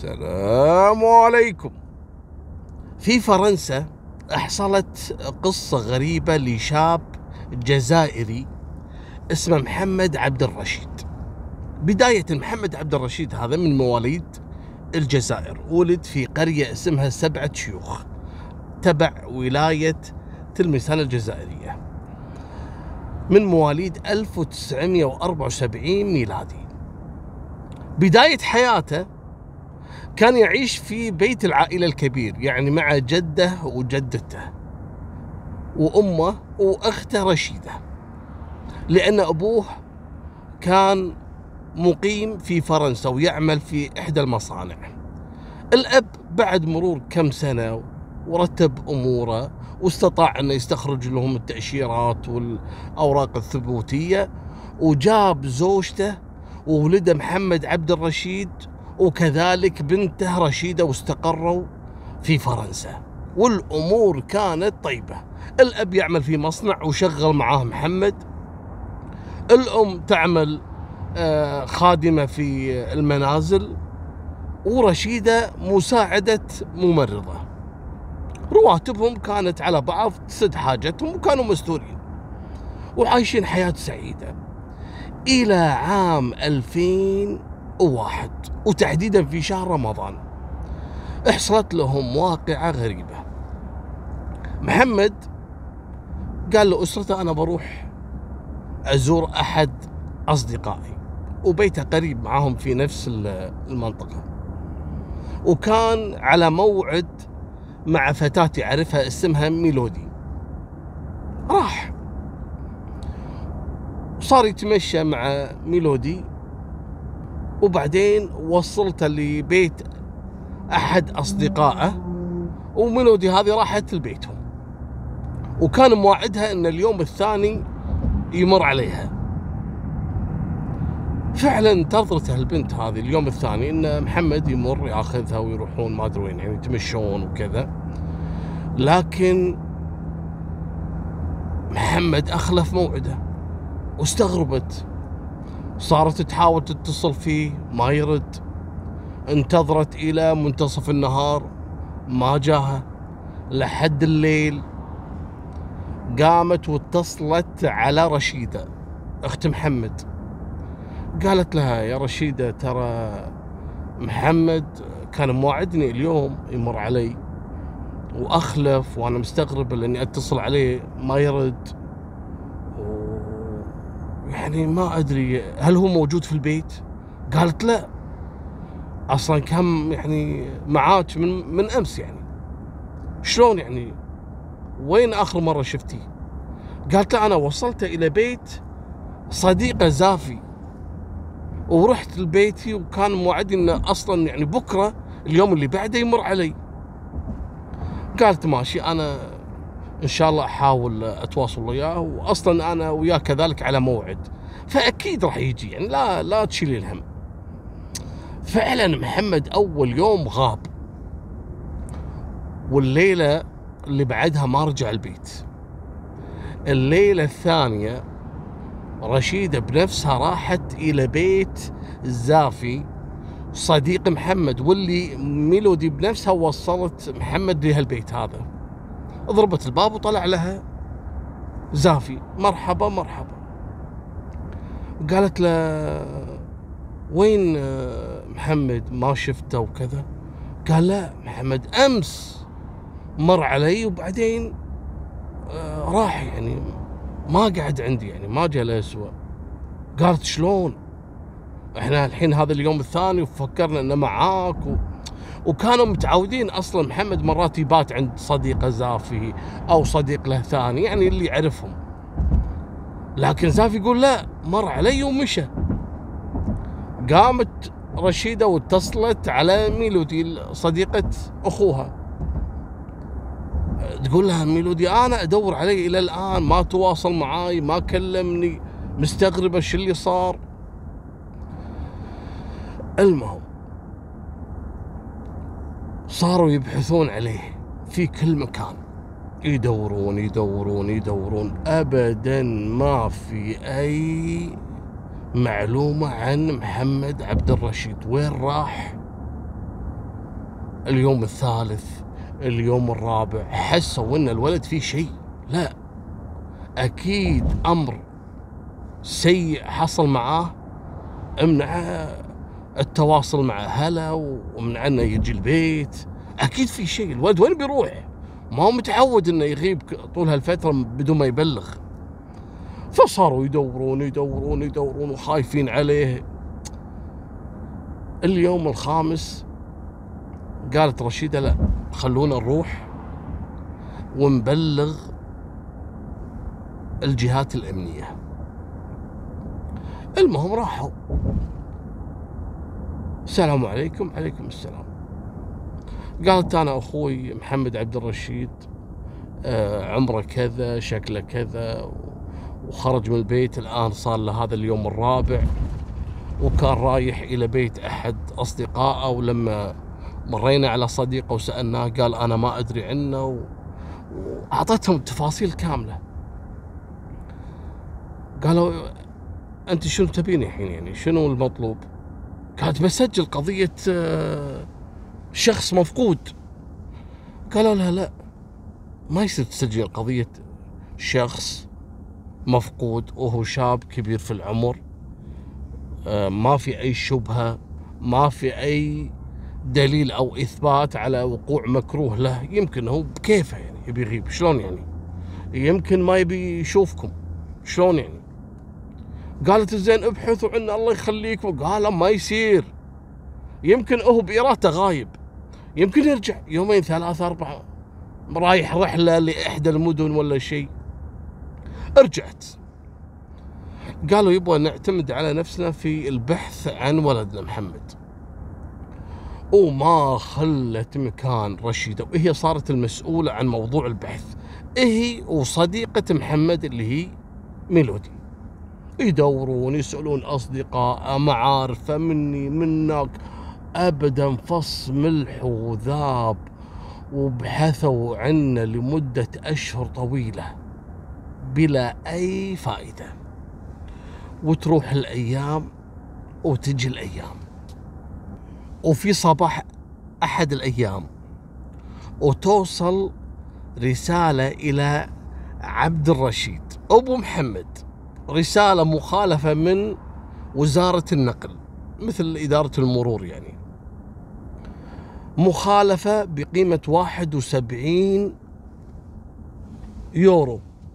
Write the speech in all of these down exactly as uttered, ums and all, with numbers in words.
السلام عليكم. في فرنسا حصلت قصة غريبة لشاب جزائري اسمه محمد عبد الرشيد. بداية محمد عبد الرشيد هذا من مواليد الجزائر، ولد في قرية اسمها سبعة شيوخ تبع ولاية تلمسان الجزائرية من مواليد ألف وتسعمئة وأربعة وسبعين ميلادي. بداية حياته كان يعيش في بيت العائلة الكبير، يعني مع جده وجدته وأمه وأخته رشيدة، لأن أبوه كان مقيم في فرنسا ويعمل في إحدى المصانع. الأب بعد مرور كم سنة ورتب أموره واستطاع أنه يستخرج لهم التأشيرات والأوراق الثبوتية، وجاب زوجته وولده محمد عبد الرشيد وكذلك بنته رشيدة، واستقروا في فرنسا والأمور كانت طيبة. الأب يعمل في مصنع وشغل معاه محمد، الأم تعمل خادمة في المنازل، ورشيدة مساعدة ممرضة. رواتبهم كانت على بعض تسد حاجتهم وكانوا مستورين وعايشين حياة سعيدة إلى عام ألفين وواحد، وتحديدا في شهر رمضان حصلت لهم واقعة غريبة. محمد قال لأسرته أنا بروح أزور أحد أصدقائي، وبيته قريب معهم في نفس المنطقة، وكان على موعد مع فتاة يعرفها اسمها ميلودي. راح صار يتمشى مع ميلودي، وبعدين وصلته لبيت أحد أصدقائه، وميلودي هذه راحت لبيتهم، وكان مواعدها أن اليوم الثاني يمر عليها. فعلا انتظرته البنت هذه اليوم الثاني ان محمد يمر ياخذها ويروحون ما ادري وين، يعني يتمشون وكذا، لكن محمد اخلف موعده واستغربت. صارت تحاول تتصل فيه ما يرد، انتظرت الى منتصف النهار ما جاها، لحد الليل قامت واتصلت على رشيدة اخت محمد، قالت لها يا رشيدة ترى محمد كان موعدني اليوم يمر علي وأخلف، وأنا مستغرب لأني أتصل عليه ما يرد، يعني ما أدري هل هو موجود في البيت. قالت لا، أصلا كم يعني معاك من, من أمس، يعني شلون يعني وين آخر مرة شفتيه؟ قالت لا أنا وصلت إلى بيت صديقة زافي ورحت لبيتي وكان موعدني انه اصلا يعني بكره اليوم اللي بعده يمر علي. قالت ماشي، انا ان شاء الله احاول اتواصل وياه، واصلا انا وياه كذلك على موعد، فاكيد راح يجي، يعني لا لا تشيلي الهم. فعلا محمد اول يوم غاب، والليله اللي بعدها ما رجع البيت. الليله الثانيه رشيدة بنفسها راحت إلى بيت زافي صديق محمد، واللي ميلودي بنفسها وصلت محمد لهالبيت هذا. ضربت الباب وطلع لها زافي، مرحبا مرحبا. قالت له وين محمد ما شفته وكذا؟ قال لا محمد أمس مر علي وبعدين راح، يعني ما قعد عندي، يعني ما جلس. قالت شلون؟ احنا الحين هذا اليوم الثاني وفكرنا انه معاك و... وكانوا متعودين اصلا محمد مرات يبات عند صديقه زافي او صديق له ثاني، يعني اللي يعرفهم، لكن زافي يقول لا مر علي ومشى. قامت رشيدة واتصلت على ميلودي صديقة اخوها، تقول لها ميلودي انا ادور عليه الى الان ما تواصل معاي ما كلمني، مستغربه شو اللي صار. المهم صاروا يبحثون عليه في كل مكان، يدورون يدورون يدورون، ابدا ما في اي معلومه عن محمد عبد الرشيد، وين راح اليوم الثالث، اليوم الرابع، حسوا ان الولد فيه شيء. لا، اكيد امر سيء حصل معاه، امنع التواصل مع اهله ومنع انه يجي البيت. اكيد في شيء، الولد وين بيروح؟ ما هو متعود انه يغيب طول هالفتره بدون ما يبلغ. فصاروا يدورون يدورون يدورون وخايفين عليه. اليوم الخامس قالت رشيدة لا، خلونا نروح ونبلغ الجهات الأمنية. المهم راحوا، السلام عليكم. عليكم السلام. قالت أنا أخوي محمد عبد الرشيد آه عمره كذا، شكله كذا، وخرج من البيت الآن صار له هذا اليوم الرابع، وكان رايح إلى بيت أحد أصدقائه، ولما مرينا على صديقه وسألناه قال أنا ما أدري عنه، وأعطتهم تفاصيل كاملة. قالوا أنت شنو تبين الحين، يعني شنو المطلوب؟ قالت بسجل قضية شخص مفقود. قالوا لها لا، ما يصير تسجل قضية شخص مفقود وهو شاب كبير في العمر، ما في أي شبهة، ما في أي دليل أو إثبات على وقوع مكروه له. يمكن هو بكيفه يعني يبي يغيب، شلون يعني؟ يمكن ما يبي يشوفكم، شلون يعني؟ قالت زين ابحثوا عنه الله يخليكم. قال ما يصير، يمكن هو بإرادته غايب، يمكن يرجع يومين ثلاثة أربعة، رايح رحلة لإحدى المدن ولا شيء. رجعت قالوا يبغى نعتمد على نفسنا في البحث عن ولدنا محمد، وما خلت مكان رشيدة، وهي صارت المسؤولة عن موضوع البحث، هي وصديقة محمد اللي هي ميلودي. يدورون يسألون أصدقاء معارفه مني منك، أبدا فص ملح وذاب، وبحثوا عنه لمدة أشهر طويلة بلا أي فائدة. وتروح الأيام وتجي الأيام، وفي صباح أحد الأيام وتوصل رسالة إلى عبد الرشيد أبو محمد، رسالة مخالفة من وزارة النقل مثل إدارة المرور، يعني مخالفة بقيمة واحد وسبعين يورو.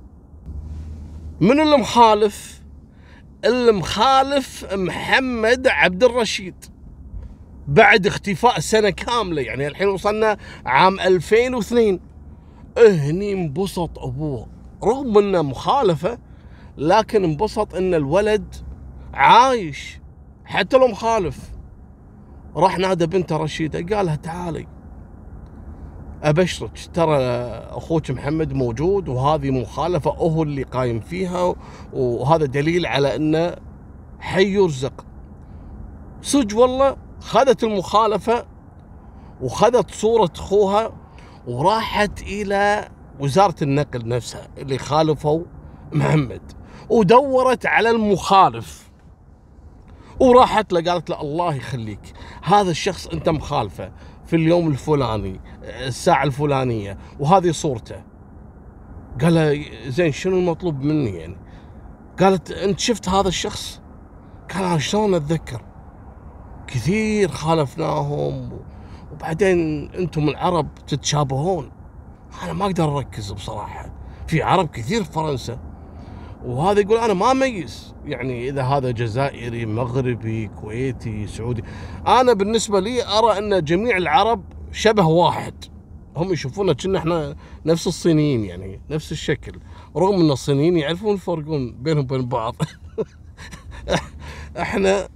من اللي مخالف؟ اللي مخالف محمد عبد الرشيد بعد اختفاء سنة كاملة، يعني الحين وصلنا عام ألفين واثنين. هني انبسط أبوه، رغم انه مخالفة لكن انبسط ان الولد عايش حتى لو مخالف. راح نادى بنته رشيدة قالها تعالي أبشرك، ترى أخوك محمد موجود، وهذه مخالفة هو اللي قايم فيها، وهذا دليل على أنه حي يرزق. صدق والله خذت المخالفة وخذت صورة أخوها وراحت إلى وزارة النقل نفسها اللي خالفوا محمد، ودورت على المخالف، وراحت له قالت له الله يخليك هذا الشخص أنت مخالفه في اليوم الفلاني الساعة الفلانية وهذه صورته. قال له زين شنو المطلوب مني يعني؟ قالت أنت شفت هذا الشخص؟ قال أنا شلون أتذكر، كثير خالفناهم، وبعدين أنتم العرب تتشابهون، أنا ما أقدر أركز بصراحة، في عرب كثير في فرنسا. وهذا يقول أنا ما أميز يعني إذا هذا جزائري مغربي كويتي سعودي. أنا بالنسبة لي أرى أن جميع العرب شبه واحد، هم يشوفونا كنا احنا نفس الصينيين، يعني نفس الشكل، رغم أن الصينيين يعرفون يفرقون بينهم وبين بعض. احنا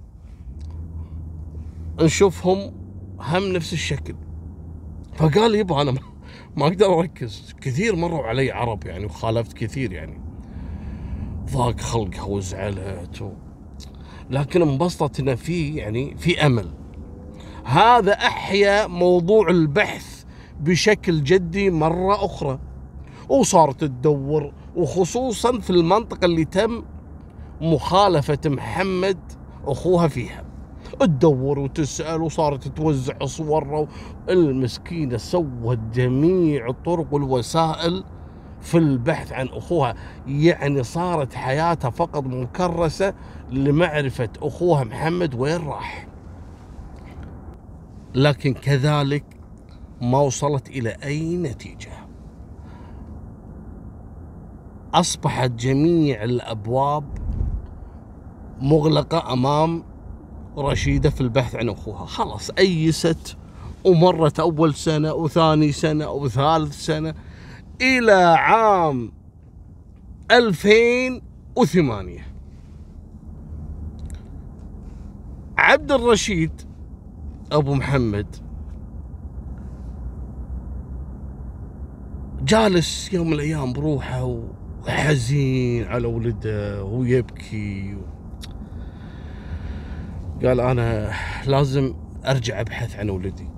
نشوفهم هم نفس الشكل. فقال يبا أنا ما أقدر أركز، كثير مروا علي عرب يعني وخالفت كثير، يعني ضاق خلقها وزعلت و... لكن انبسطت ان في يعني في امل. هذا احيا موضوع البحث بشكل جدي مره اخرى، وصارت تدور، وخصوصا في المنطقه اللي تم مخالفه محمد اخوها فيها. تدور وتسأل وصارت توزع صور. المسكينة سوت جميع الطرق والوسائل في البحث عن أخوها، يعني صارت حياتها فقط مكرسة لمعرفة أخوها محمد وين راح. لكن كذلك ما وصلت إلى أي نتيجة. أصبحت جميع الأبواب مغلقة أمام رشيدة في البحث عن أخوها. خلاص أيست، ومرت أول سنة وثاني سنة وثالث سنة إلى عام ألفين وثمانية. عبد الرشيد أبو محمد جالس يوم من الأيام بروحه وحزين على ولده ويبكي. قال أنا لازم أرجع أبحث عن ولدي،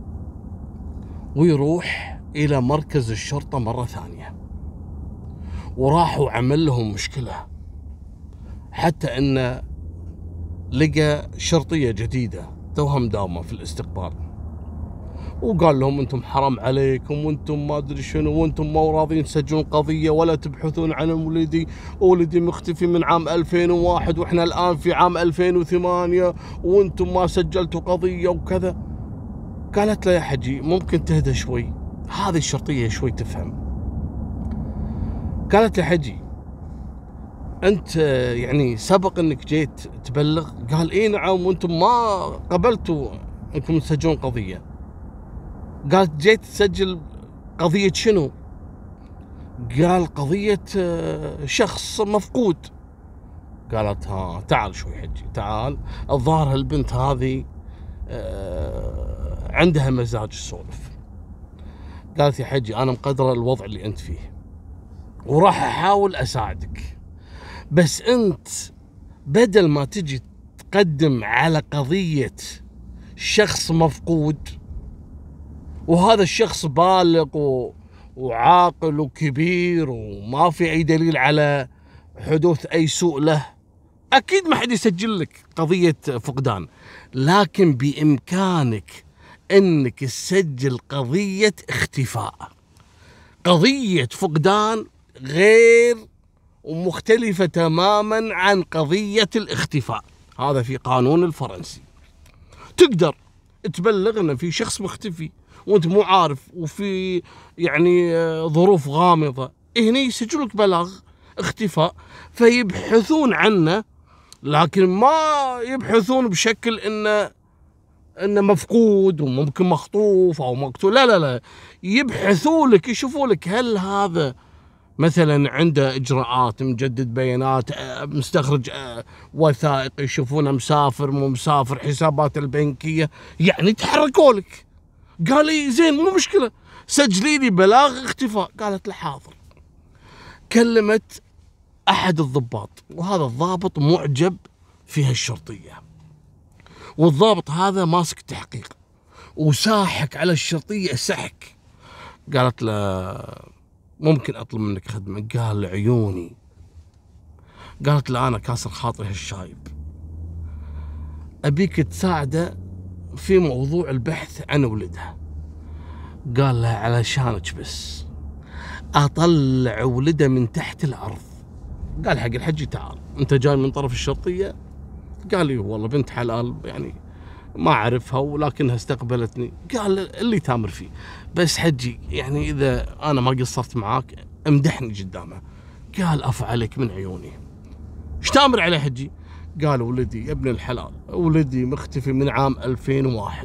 ويروح إلى مركز الشرطة مرة ثانية. وراحوا عمل لهم مشكلة، حتى أنه لقى شرطية جديدة توها مداومة في الاستقبال، وقال لهم أنتم حرام عليكم وأنتم ما أدري شنو، وأنتم ما راضين تسجلون قضية ولا تبحثون عن ولدي، ولدي مختفي من عام ألفين وواحد وإحنا الآن في عام ألفين وثمانية وأنتم ما سجلتوا قضية وكذا. قالت له يا حجي ممكن تهدى شوي، هذه الشرطية شوي تفهم. قالت له حجي أنت يعني سبق أنك جيت تبلغ؟ قال إيه نعم، وأنتم ما قبلتوا أنكم تسجلون قضية. قالت جيت تسجل قضية شنو؟ قال قضية شخص مفقود. قالت ها تعال شوي حجي تعال، الظاهر البنت هذه عندها مزاج سولف. قالت يا حجي أنا مقدرة الوضع اللي أنت فيه وراح أحاول أساعدك، بس أنت بدل ما تجي تقدم على قضية شخص مفقود وهذا الشخص بالغ و... وعاقل وكبير وما في أي دليل على حدوث أي سوء له، أكيد ما حد يسجل لك قضية فقدان، لكن بإمكانك أنك تسجل قضية اختفاء. قضية فقدان غير ومختلفة تماما عن قضية الاختفاء، هذا في قانون الفرنسي. تقدر تبلغ أن في شخص مختفي وانت مو عارف وفي يعني ظروف غامضة، هنا يسجلوا لك بلاغ اختفاء فيبحثون عنه، لكن ما يبحثون بشكل انه انه مفقود وممكن مخطوف او مقتول، لا لا لا، يبحثوا لك يشوفوا لك هل هذا مثلا عنده اجراءات، مجدد بيانات، مستخرج وثائق، يشوفونه مسافر مو مسافر، حسابات البنكية، يعني يتحركوا لك. قال لي زين مو مشكلة سجلي لي بلاغ اختفاء. قالت له حاضر. كلمت احد الضباط، وهذا الضابط معجب في هالشرطية، والضابط هذا ماسك تحقيق وساحك على الشرطية سحك. قالت له ممكن اطلب منك خدمة؟ قال عيوني. قالت له انا كاسر خاطري هالشايب، ابيك تساعده في موضوع البحث عن ولدها. قال لها علشانك بس اطلع ولده من تحت الارض. قال حق الحجي تعال انت جاي من طرف الشرطية؟ قال لي والله بنت حلال يعني ما اعرفها ولكنها استقبلتني. قال اللي تامر فيه، بس حجي يعني اذا انا ما قصرت معاك امدحني قدامه. قال عفو عليك من عيوني. ايش تامر عليه حجي؟ قال ولدي يا ابن الحلال ولدي مختفي من عام ألفين وواحد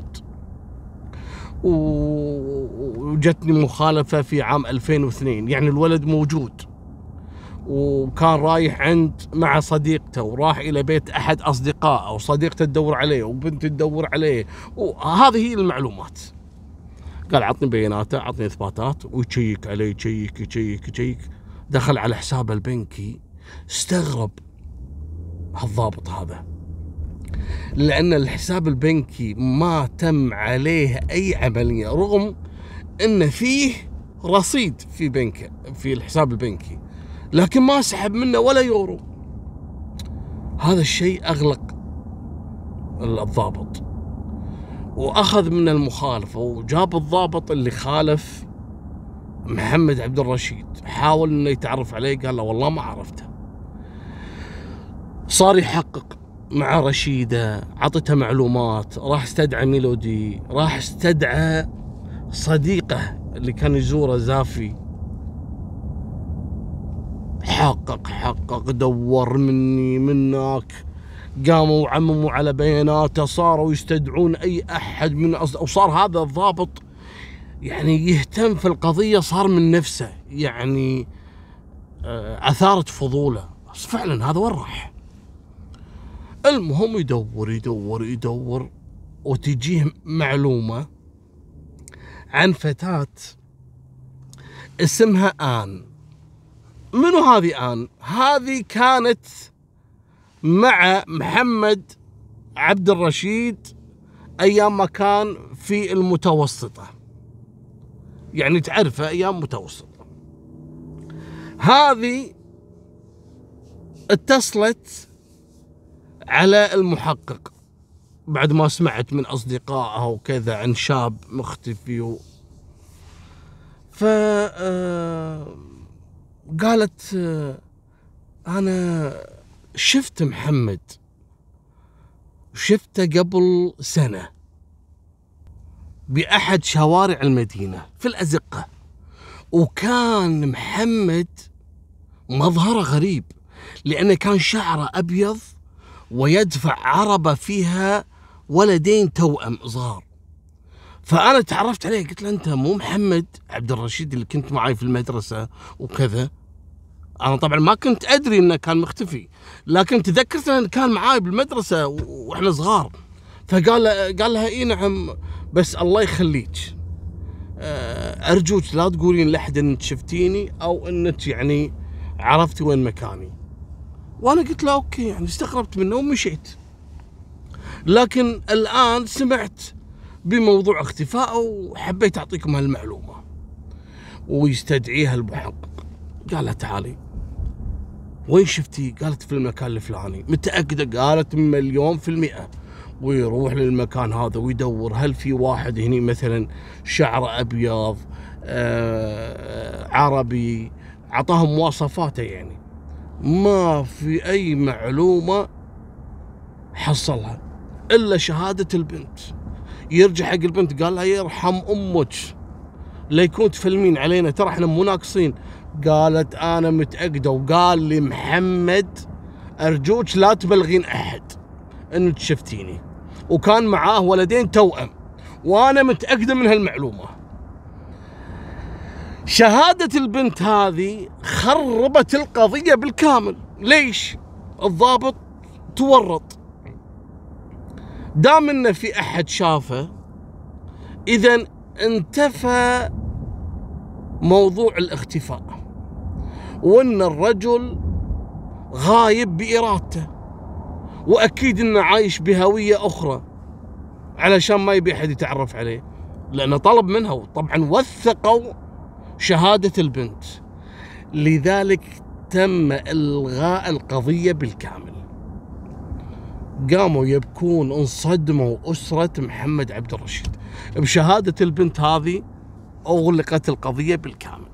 وجتني مخالفة في عام ألفين واثنين، يعني الولد موجود وكان رايح عند مع صديقته وراح إلى بيت أحد أصدقائه وصديقته تدور عليه وبنته تدور عليه، وهذه هي المعلومات. قال عطني بياناته عطني إثباتات، ويشيك عليه يشيك يشيك يشيك. دخل على حسابه البنكي، استغرب هالضابط هذا لأن الحساب البنكي ما تم عليه أي عملية، رغم أن فيه رصيد في بنك في الحساب البنكي، لكن ما سحب منه ولا يورو. هذا الشيء أغلق الضابط، واخذ من المخالفه، وجاب الضابط اللي خالف محمد عبد الرشيد، حاول انه يتعرف عليه، قال له والله ما عرفته. صار يحقق مع رشيده، عطته معلومات، راح استدعى ميلودي، راح استدعى صديقه اللي كان يزوره زافي، حقق حقق دور مني منك، قاموا وعمموا على بياناته، صاروا يستدعون اي احد من أصد... وصار هذا الضابط يعني يهتم في القضيه، صار من نفسه يعني اثارت فضوله، بس فعلا هذا وين راح؟ المهم يدور يدور يدور وتجيه معلومه عن فتاه اسمها آن. منو هذه آن؟ هذه كانت مع محمد عبد الرشيد ايام ما كان في المتوسطة، يعني تعرفه ايام متوسطة. هذه اتصلت على المحقق بعد ما سمعت من اصدقائها وكذا عن شاب مختفي و... ف قالت انا شفت محمد، شفته قبل سنة بأحد شوارع المدينة في الأزقة، وكان محمد مظهره غريب لأنه كان شعره أبيض ويدفع عربة فيها ولدين توأم صغار. فأنا تعرفت عليه، قلت له أنت مو محمد عبد الرشيد اللي كنت معي في المدرسة وكذا؟ أنا طبعا ما كنت أدري أنه كان مختفي، لكن تذكرت أنه كان معاي بالمدرسة وإحنا صغار. فقال قال لها إي نعم، بس الله يخليك أرجوك لا تقولين لأحد أنك شفتيني أو أنك يعني عرفتي وين مكاني. وأنا قلت له أوكي، يعني استغربت منه ومشيت. لكن الآن سمعت بموضوع اختفائه وحبيت أعطيكم هالمعلومة. ويستدعيها المحقق، قال لها تعالي وين شفتي؟ قالت في المكان الفلاني. متأكدة؟ قالت مليون في المئة. ويروح للمكان هذا ويدور هل في واحد هني مثلا شعره أبيض آه عربي، عطاهم مواصفاته يعني. ما في أي معلومة حصلها إلا شهادة البنت. يرجع حق البنت قال لها يرحم أمك لا يكون تفلمين علينا، ترى احنا مو ناقصين. قالت أنا متأكدة، وقال لي محمد أرجوك لا تبلغين أحد أنك شفتيني، وكان معاه ولدين توأم، وأنا متأكدة من هالمعلومة. شهادة البنت هذه خربت القضية بالكامل. ليش؟ الضابط تورط، دام إنه في أحد شافه إذن انتفى موضوع الاختفاء، وإن الرجل غايب بإرادته، وأكيد إنه عايش بهوية أخرى علشان ما يبي أحد يتعرف عليه، لأنه طلب منها، وطبعا وثقوا شهادة البنت. لذلك تم إلغاء القضية بالكامل. قاموا يبكون، انصدموا أسرة محمد عبد الرشيد بشهادة البنت هذه. أغلقت القضية بالكامل.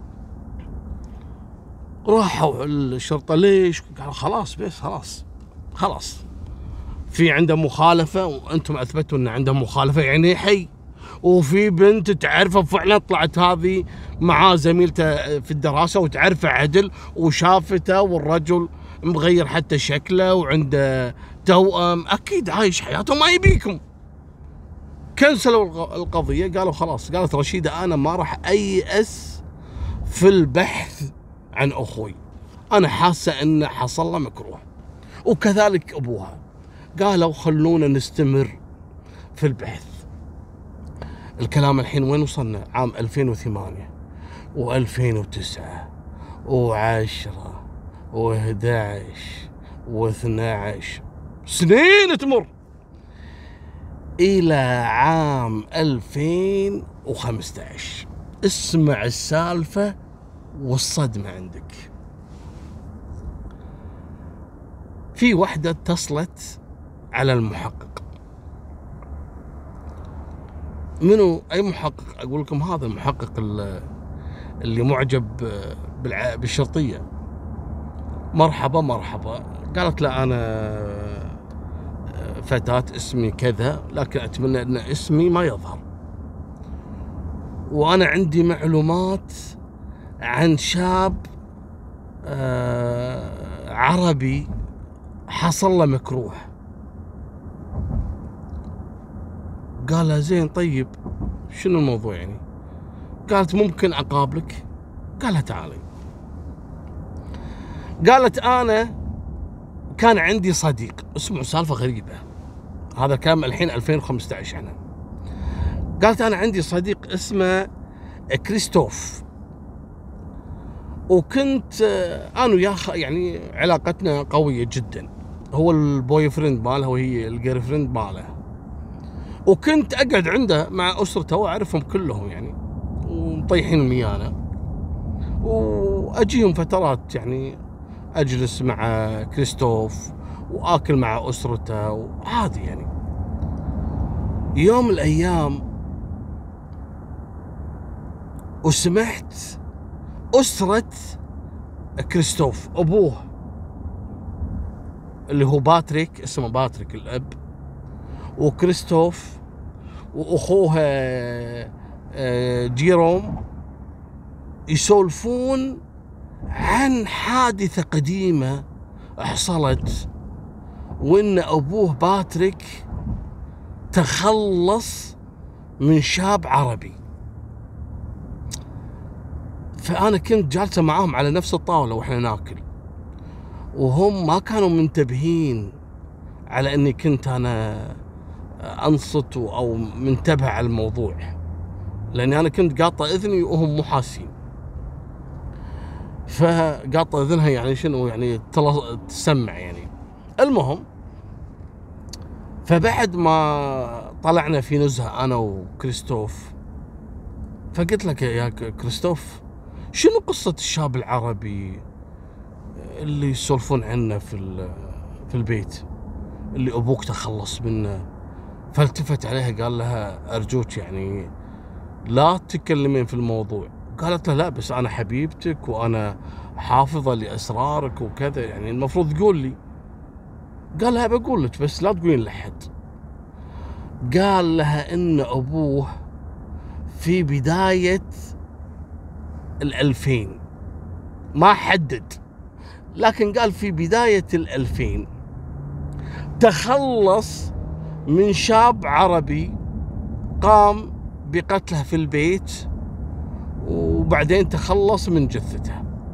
راحوا الشرطة ليش؟ قالوا خلاص بس خلاص خلاص في عنده مخالفة، وأنتم أثبتوا أن عنده مخالفة، يعني حي، وفي بنت تعرفه فعلا، طلعت هذه مع زميلته في الدراسة وتعرفه عدل وشافته، والرجل مغير حتى شكله وعنده توأم، أكيد عايش حياته ما يبيكم. كنسلوا القضية، قالوا خلاص. قالت رشيدة أنا ما راح أيأس في البحث عن أخوي، أنا حاسة أنه حصل له مكروه، وكذلك أبوها. قالوا خلونا نستمر في البحث. الكلام الحين وين وصلنا؟ عام ألفين وثمانية وألفين وتسعة وعشرة وأحد عشر واثني عشر، سنين تمر إلى عام ألفين وخمسة عشر. اسمع السالفة والصدمة عندك. في وحدة اتصلت على المحقق. منو؟ أي محقق؟ أقول لكم هذا المحقق اللي معجب بالشرطية. مرحبا مرحبا. قالت لا أنا فتاة اسمي كذا، لكن أتمنى أن اسمي ما يظهر، وأنا عندي معلومات عن شاب عربي حصل له مكروه. قال زين طيب شنو الموضوع يعني؟ قالت ممكن أقابلك؟ قالها تعالي. قالت أنا كان عندي صديق، اسمعوا سالفة غريبة، هذا كان الحين ألفين وخمسة عشر احنا. قالت أنا عندي صديق اسمه كريستوف، وكنت أنا وياه يعني علاقتنا قوية جدا، هو البوي فريند ماله وهي الجير فريند ماله، وكنت أقعد عنده مع أسرته وأعرفهم كلهم يعني، ومطيحين ميانا، وأجيهم فترات يعني أجلس مع كريستوف وآكل مع أسرته وعادي يعني. يوم من الأيام وسمعت أسرة كريستوف، أبوه اللي هو باتريك، اسمه باتريك الأب، وكريستوف وأخوه جيروم، يسولفون عن حادثة قديمة حصلت، وإن أبوه باتريك تخلص من شاب عربي. فأنا كنت جالسة معاهم على نفس الطاولة وإحنا ناكل، وهم ما كانوا منتبهين على أني كنت أنا أنصت أو منتبه على الموضوع، لأني أنا كنت قاطة إذني وهم مو حاسين. فقاطة إذنها يعني شنو يعني تسمع يعني. المهم فبعد ما طلعنا في نزهة أنا وكريستوف، فقلت لك يا كريستوف شنو قصة الشاب العربي اللي يسولفون عنه في في البيت اللي أبوك تخلص منه؟ فالتفت عليها قال لها أرجوك يعني لا تتكلمين في الموضوع. قالت له لا بس أنا حبيبتك وأنا حافظة لأسرارك وكذا، يعني المفروض تقول لي. قال لها بقول لك بس لا تقولين لحد. قال لها إن أبوه في بداية الألفين، ما حدد، لكن قال في بداية الألفين تخلص من شاب عربي قام بقتله في البيت، وبعدين تخلص من جثته.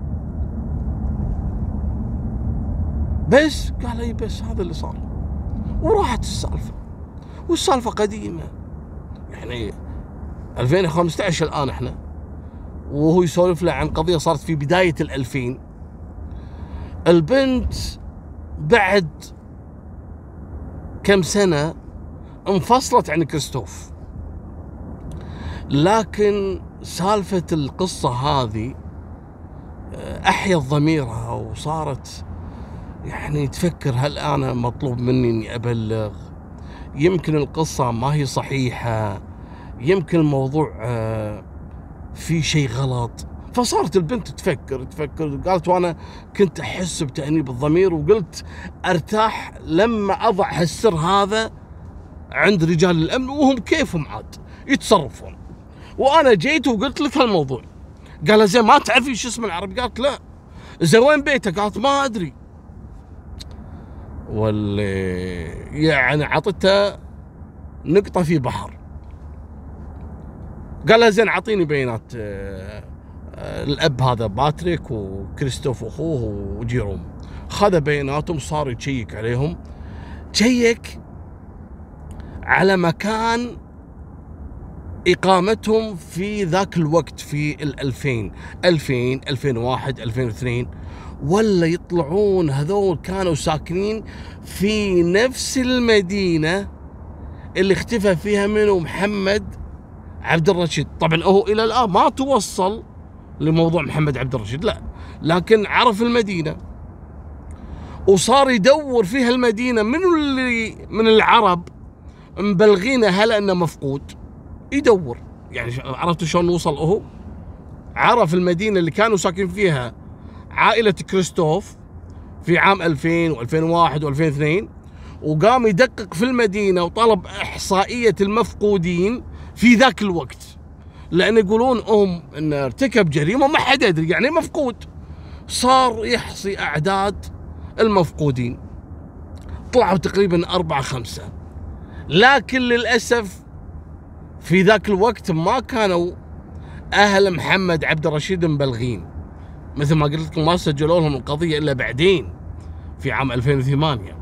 بس قال لي بس هذا اللي صار، وراحت السالفة، والسالفة قديمة يعني ألفين وخمسة عشر الآن احنا، وهو يسولف له عن قضية صارت في بداية الألفين. البنت بعد كم سنة انفصلت عن كريستوف، لكن سالفة القصة هذه أحيت ضميرها، وصارت يعني تفكر هل أنا مطلوب مني إني أبلغ؟ يمكن القصة ما هي صحيحة، يمكن الموضوع في شيء غلط. فصارت البنت تفكر تفكر قالت وأنا كنت أحس بتأنيب الضمير، وقلت أرتاح لما أضع هالسر هذا عند رجال الأمن وهم كيفهم عاد يتصرفون. وأنا جيت وقلت لك هالموضوع. قال زين ما تعرفي شو اسم العربي؟ قالت لا. زين وين بيته؟ قالت ما أدري. واللي يعني عطتها نقطة في بحر. قال لها زين عطيني بيانات الأب هذا باتريك وكريستوف أخوه وجيروم. خذ بياناتهم، صار يتشيك عليهم، تشيك على مكان إقامتهم في ذاك الوقت في الألفين ألفين ألفين وواحد ألفين واثنين، ولا يطلعون هذول كانوا ساكنين في نفس المدينة اللي اختفى فيها منه محمد عبد الرشيد. طبعا هو إلى الآن ما توصل لموضوع محمد عبد الرشيد، لا، لكن عرف المدينة. وصار يدور في هالمدينة من اللي من العرب مبلغينه هلا انه مفقود. يدور، يعني عرفتوا شلون وصل؟ هو عرف المدينة اللي كانوا ساكن فيها عائلة كريستوف في عام ألفين وألفين وواحد وألفين واثنين، وقام يدقق في المدينة وطلب إحصائية المفقودين في ذاك الوقت، لأن يقولون هم إن ارتكب جريمة ما حد يدري يعني مفقود. صار يحصي أعداد المفقودين، طلعوا تقريبا أربعة خمسة، لكن للأسف في ذاك الوقت ما كانوا أهل محمد عبد الرشيد مبلغين، مثل ما قلت لكم ما سجلوا لهم القضية إلا بعدين في عام ألفين وثمانية.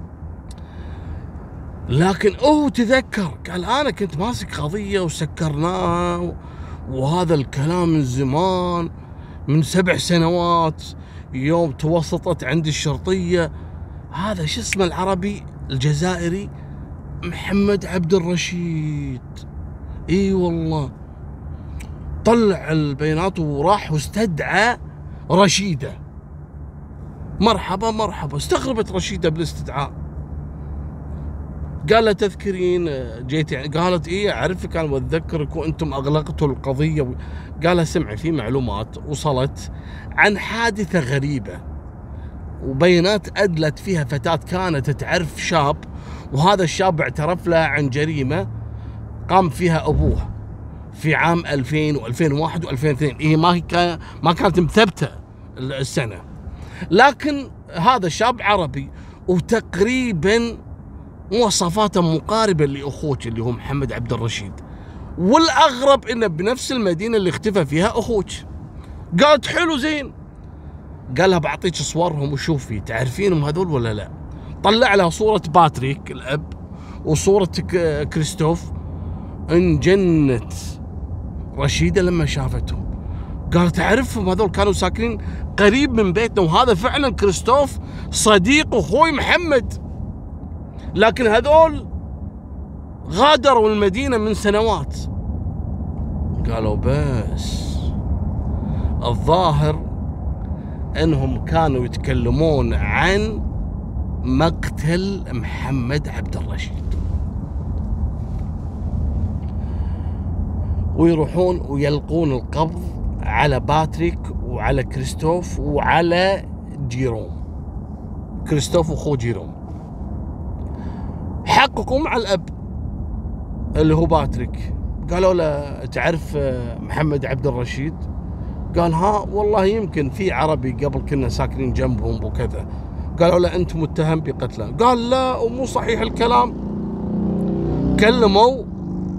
لكن هو تذكر قال أنا كنت ماسك قضية وسكرناها، وهذا الكلام من زمان، من سبع سنوات يوم توسطت عندي الشرطية. هذا شو اسمه العربي الجزائري؟ محمد عبد الرشيد. اي والله. طلع البيانات وراح واستدعى رشيدة. مرحبا مرحبا. استغربت رشيدة بالاستدعاء، قال لها تذكرين جيت يعني؟ قالت ايه اعرفك انا واتذكرك وانتم اغلقتوا القضيه. قال لها سمعي في معلومات وصلت عن حادثه غريبه وبيانات ادلت فيها فتاه كانت تعرف شاب، وهذا الشاب اعترف لها عن جريمه قام فيها ابوه في عام ألفين وألفين وواحد وألفين واثنين. هي ما كان ما كانت مثبته السنه، لكن هذا الشاب عربي وتقريبا مواصفاته مقاربة لأخوك اللي هو محمد عبد الرشيد، والأغرب إنه بنفس المدينة اللي اختفى فيها أخوك. قالت حلو زين. قال لها بعطيك صورهم وشوفي تعرفينهم هذول ولا لا. طلع لها صورة باتريك الأب وصورة كريستوف. انجنت رشيدة لما شافتهم، قالت أعرفهم هذول كانوا ساكنين قريب من بيتنا، وهذا فعلا كريستوف صديق أخوي محمد، لكن هذول غادروا المدينة من سنوات. قالوا بس الظاهر انهم كانوا يتكلمون عن مقتل محمد عبد الرشيد، ويروحون ويلقون القبض على باتريك وعلى كريستوف وعلى جيروم. كريستوف واخوه جيروم حققوا مع الاب اللي هو باتريك. قالوا له تعرف محمد عبد الرشيد؟ قال ها والله يمكن في عربي قبل كنا ساكنين جنبهم وكذا. قالوا له انت متهم بقتله؟ قال لا ومو صحيح الكلام. كلموا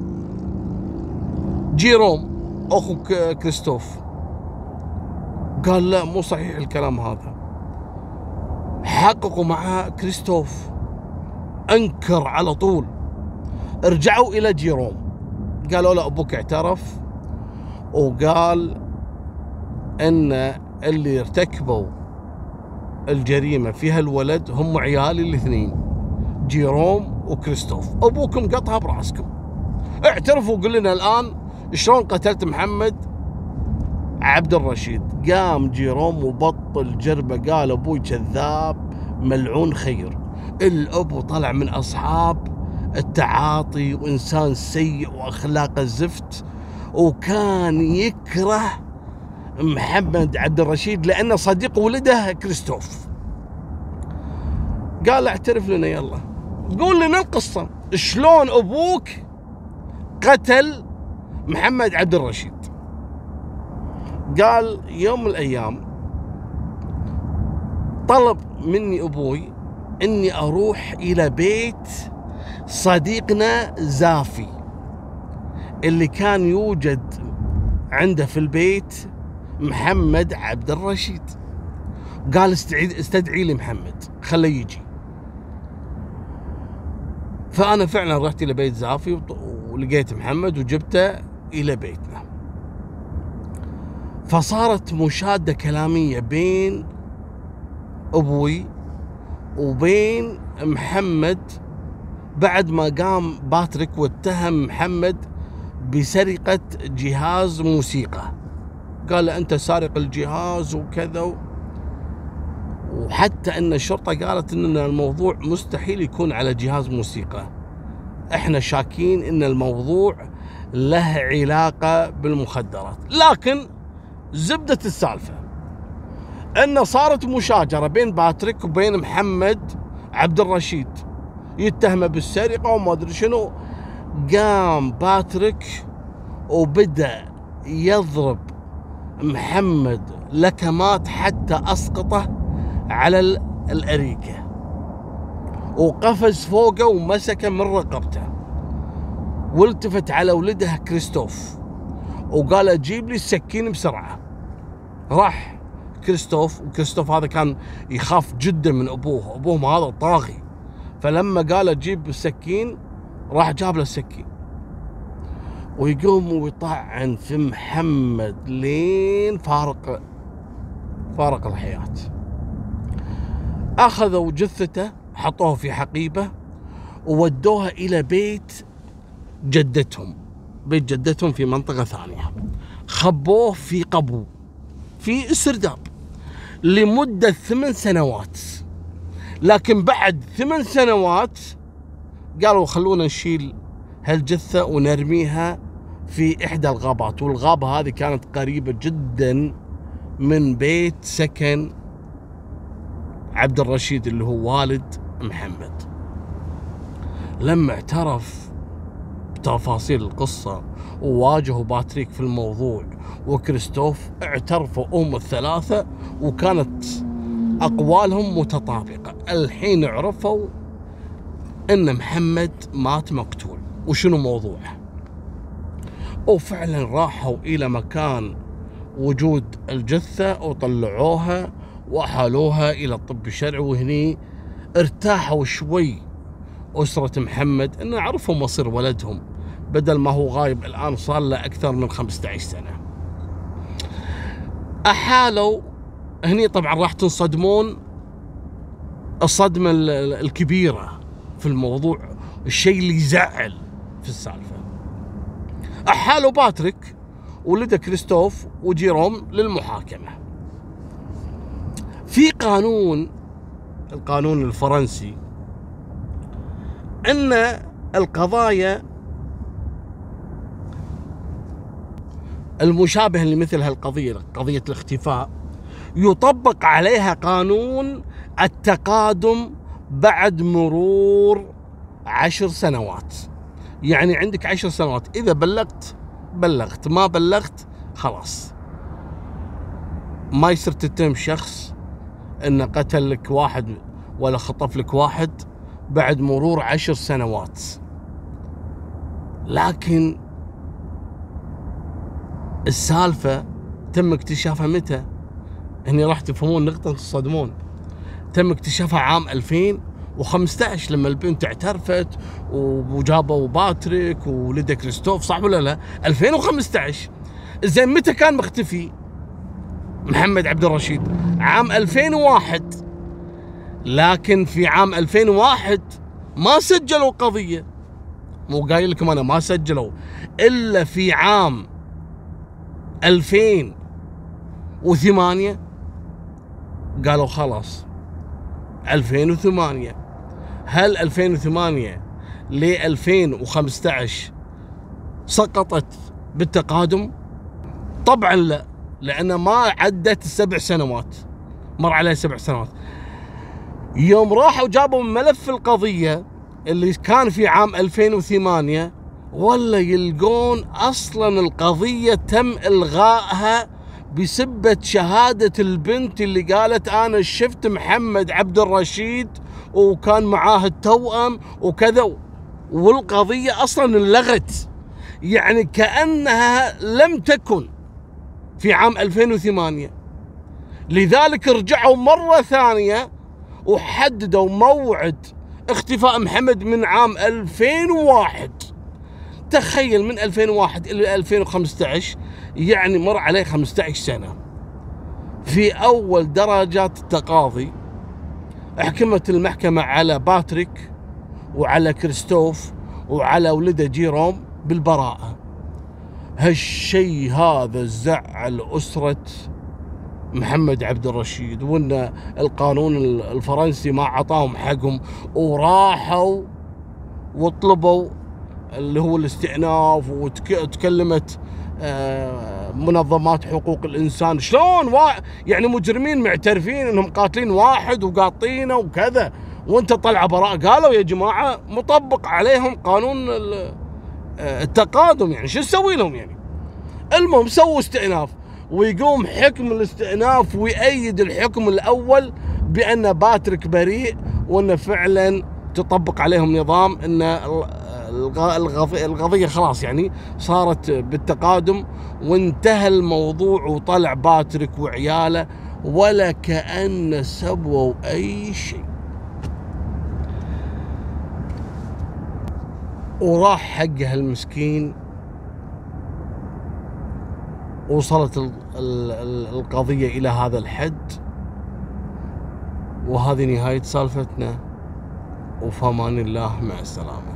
جيروم اخو كريستوف، قال لا مو صحيح الكلام هذا. حققوا مع كريستوف، انكر على طول. رجعوا الى جيروم، قالوا له ابوك اعترف وقال ان اللي ارتكبوا الجريمه فيها الولد هم عيالي الاثنين جيروم وكريستوف، ابوكم قطها براسكم. اعترفوا قل لنا الان شلون قتلت محمد عبد الرشيد. قام جيروم وبطل جربه، قال ابوي كذاب ملعون خير. الابو طلع من اصحاب التعاطي وانسان سيء واخلاقه زفت، وكان يكره محمد عبد الرشيد لانه صديق ولده كريستوف. قال اعترف لنا يلا، قول لنا القصه شلون ابوك قتل محمد عبد الرشيد. قال يوم من الايام طلب مني ابوي اني اروح الى بيت صديقنا زافي اللي كان يوجد عنده في البيت محمد عبد الرشيد. قال استدعي لي محمد خليه يجي. فانا فعلا رحت الى بيت زافي ولقيت محمد وجبته الى بيتنا. فصارت مشادة كلامية بين ابوي وبين محمد بعد ما قام باتريك واتهم محمد بسرقة جهاز موسيقى. قال له انت سارق الجهاز وكذا، وحتى ان الشرطة قالت ان الموضوع مستحيل يكون على جهاز موسيقى، احنا شاكين ان الموضوع له علاقة بالمخدرات. لكن زبدة السالفة ان صارت مشاجرة بين باتريك وبين محمد عبد الرشيد، يتهمه بالسرقة وما ادري شنو. قام باتريك وبدأ يضرب محمد لكمات حتى اسقطه على الاريكة، وقفز فوقه ومسكه من رقبته، والتفت على ولده كريستوف وقال جيب لي السكين بسرعة. راح كريستوف، وكريستوف هذا كان يخاف جدا من ابوه، ابوه هذا طاغي، فلما قال جيب السكين راح جاب له السكين، ويقوم ويطعن في محمد لين فارق فارق الحياة. اخذوا جثته حطوه في حقيبة وودوها الى بيت جدتهم، بيت جدتهم في منطقة ثانية، خبوه في قبو في السرداب لمدة ثمان سنوات. لكن بعد ثمان سنوات قالوا خلونا نشيل هالجثة ونرميها في إحدى الغابات، والغابة هذه كانت قريبة جدا من بيت سكن عبد الرشيد اللي هو والد محمد. لما اعترف بتفاصيل القصة وواجهوا باتريك في الموضوع وكريستوف، اعترفوا هم الثلاثة وكانت أقوالهم متطابقة. الحين عرفوا ان محمد مات مقتول وشنو موضوعه، وفعلا راحوا الى مكان وجود الجثة وطلعوها وحالوها الى الطب الشرعي، وهني ارتاحوا شوي أسرة محمد ان عرفوا مصير ولدهم بدل ما هو غايب الان صار له اكثر من خمسة عشر سنة. احالوا هني طبعا راح تنصدمون الصدمة الكبيرة في الموضوع، الشيء اللي يزعل في السالفة. أحالوا باتريك ولده كريستوف وجيروم للمحاكمة. في قانون القانون الفرنسي أن القضايا المشابهة لمثل هالقضية، قضية الاختفاء، يطبق عليها قانون التقادم بعد مرور عشر سنوات. يعني عندك عشر سنوات، إذا بلغت بلغت، ما بلغت خلاص. ما يصير تتهم شخص إنه قتل لك واحد ولا خطف لك واحد بعد مرور عشر سنوات. لكن السالفة تم اكتشافها متى؟ هني راح تفهمون نقطة تصدمون. تم اكتشافها عام ألفين وخمسة عشر لما البنت اعترفت وجابوا باتريك ولده كريستوف، صح ولا لا؟ ألفين وخمسة عشر. زين متى كان مختفي محمد عبد الرشيد؟ عام ألفين وواحد. لكن في عام ألفين وواحد ما سجلوا قضية، مو قايل لكم انا ما سجلوا الا في عام ألفين وثمانية قالوا خلاص ألفين وثمانية. هل ألفين وثمانية ل ألفين وخمسة عشر سقطت بالتقادم؟ طبعا لا، لأن ما عدت السبع سنوات، مر عليها سبع سنوات. يوم راحوا جابوا ملف القضية اللي كان في عام ألفين وثمانية، ولا يلقون أصلا القضية تم إلغائها بسبة شهادة البنت اللي قالت أنا شفت محمد عبد الرشيد وكان معاه التوأم وكذا، والقضية أصلا انلغت، يعني كأنها لم تكن في عام ألفين وثمانية. لذلك رجعوا مرة ثانية وحددوا موعد اختفاء محمد من عام ألفين وواحد. تخيل من ألفين وواحد إلى ألفين وخمسة عشر، يعني مر عليه خمسة عشر سنة. في أول درجات التقاضي حكمت المحكمة على باتريك وعلى كريستوف وعلى ولده جيروم بالبراءة. هالشيء هذا زعل أسرة محمد عبد الرشيد، وان القانون الفرنسي ما عطاهم حقهم، وراحوا وطلبوا اللي هو الاستئناف، وتكلمت منظمات حقوق الانسان شلون وا... يعني مجرمين معترفين انهم قاتلين واحد وقاطينه وكذا، وانت طلع براء. قالوا يا جماعه مطبق عليهم قانون التقادم، يعني شو نسوي لهم يعني؟ المهم سووا استئناف، ويقوم حكم الاستئناف ويأيد الحكم الاول بان باتريك بريء، وانه فعلا تطبق عليهم نظام ان القضية خلاص يعني صارت بالتقادم، وانتهى الموضوع، وطلع باتريك وعياله ولا كأن سووا أي شيء. وراح حقه المسكين، وصلت القضية إلى هذا الحد، وهذه نهاية سالفتنا، وفمان الله، مع السلامة.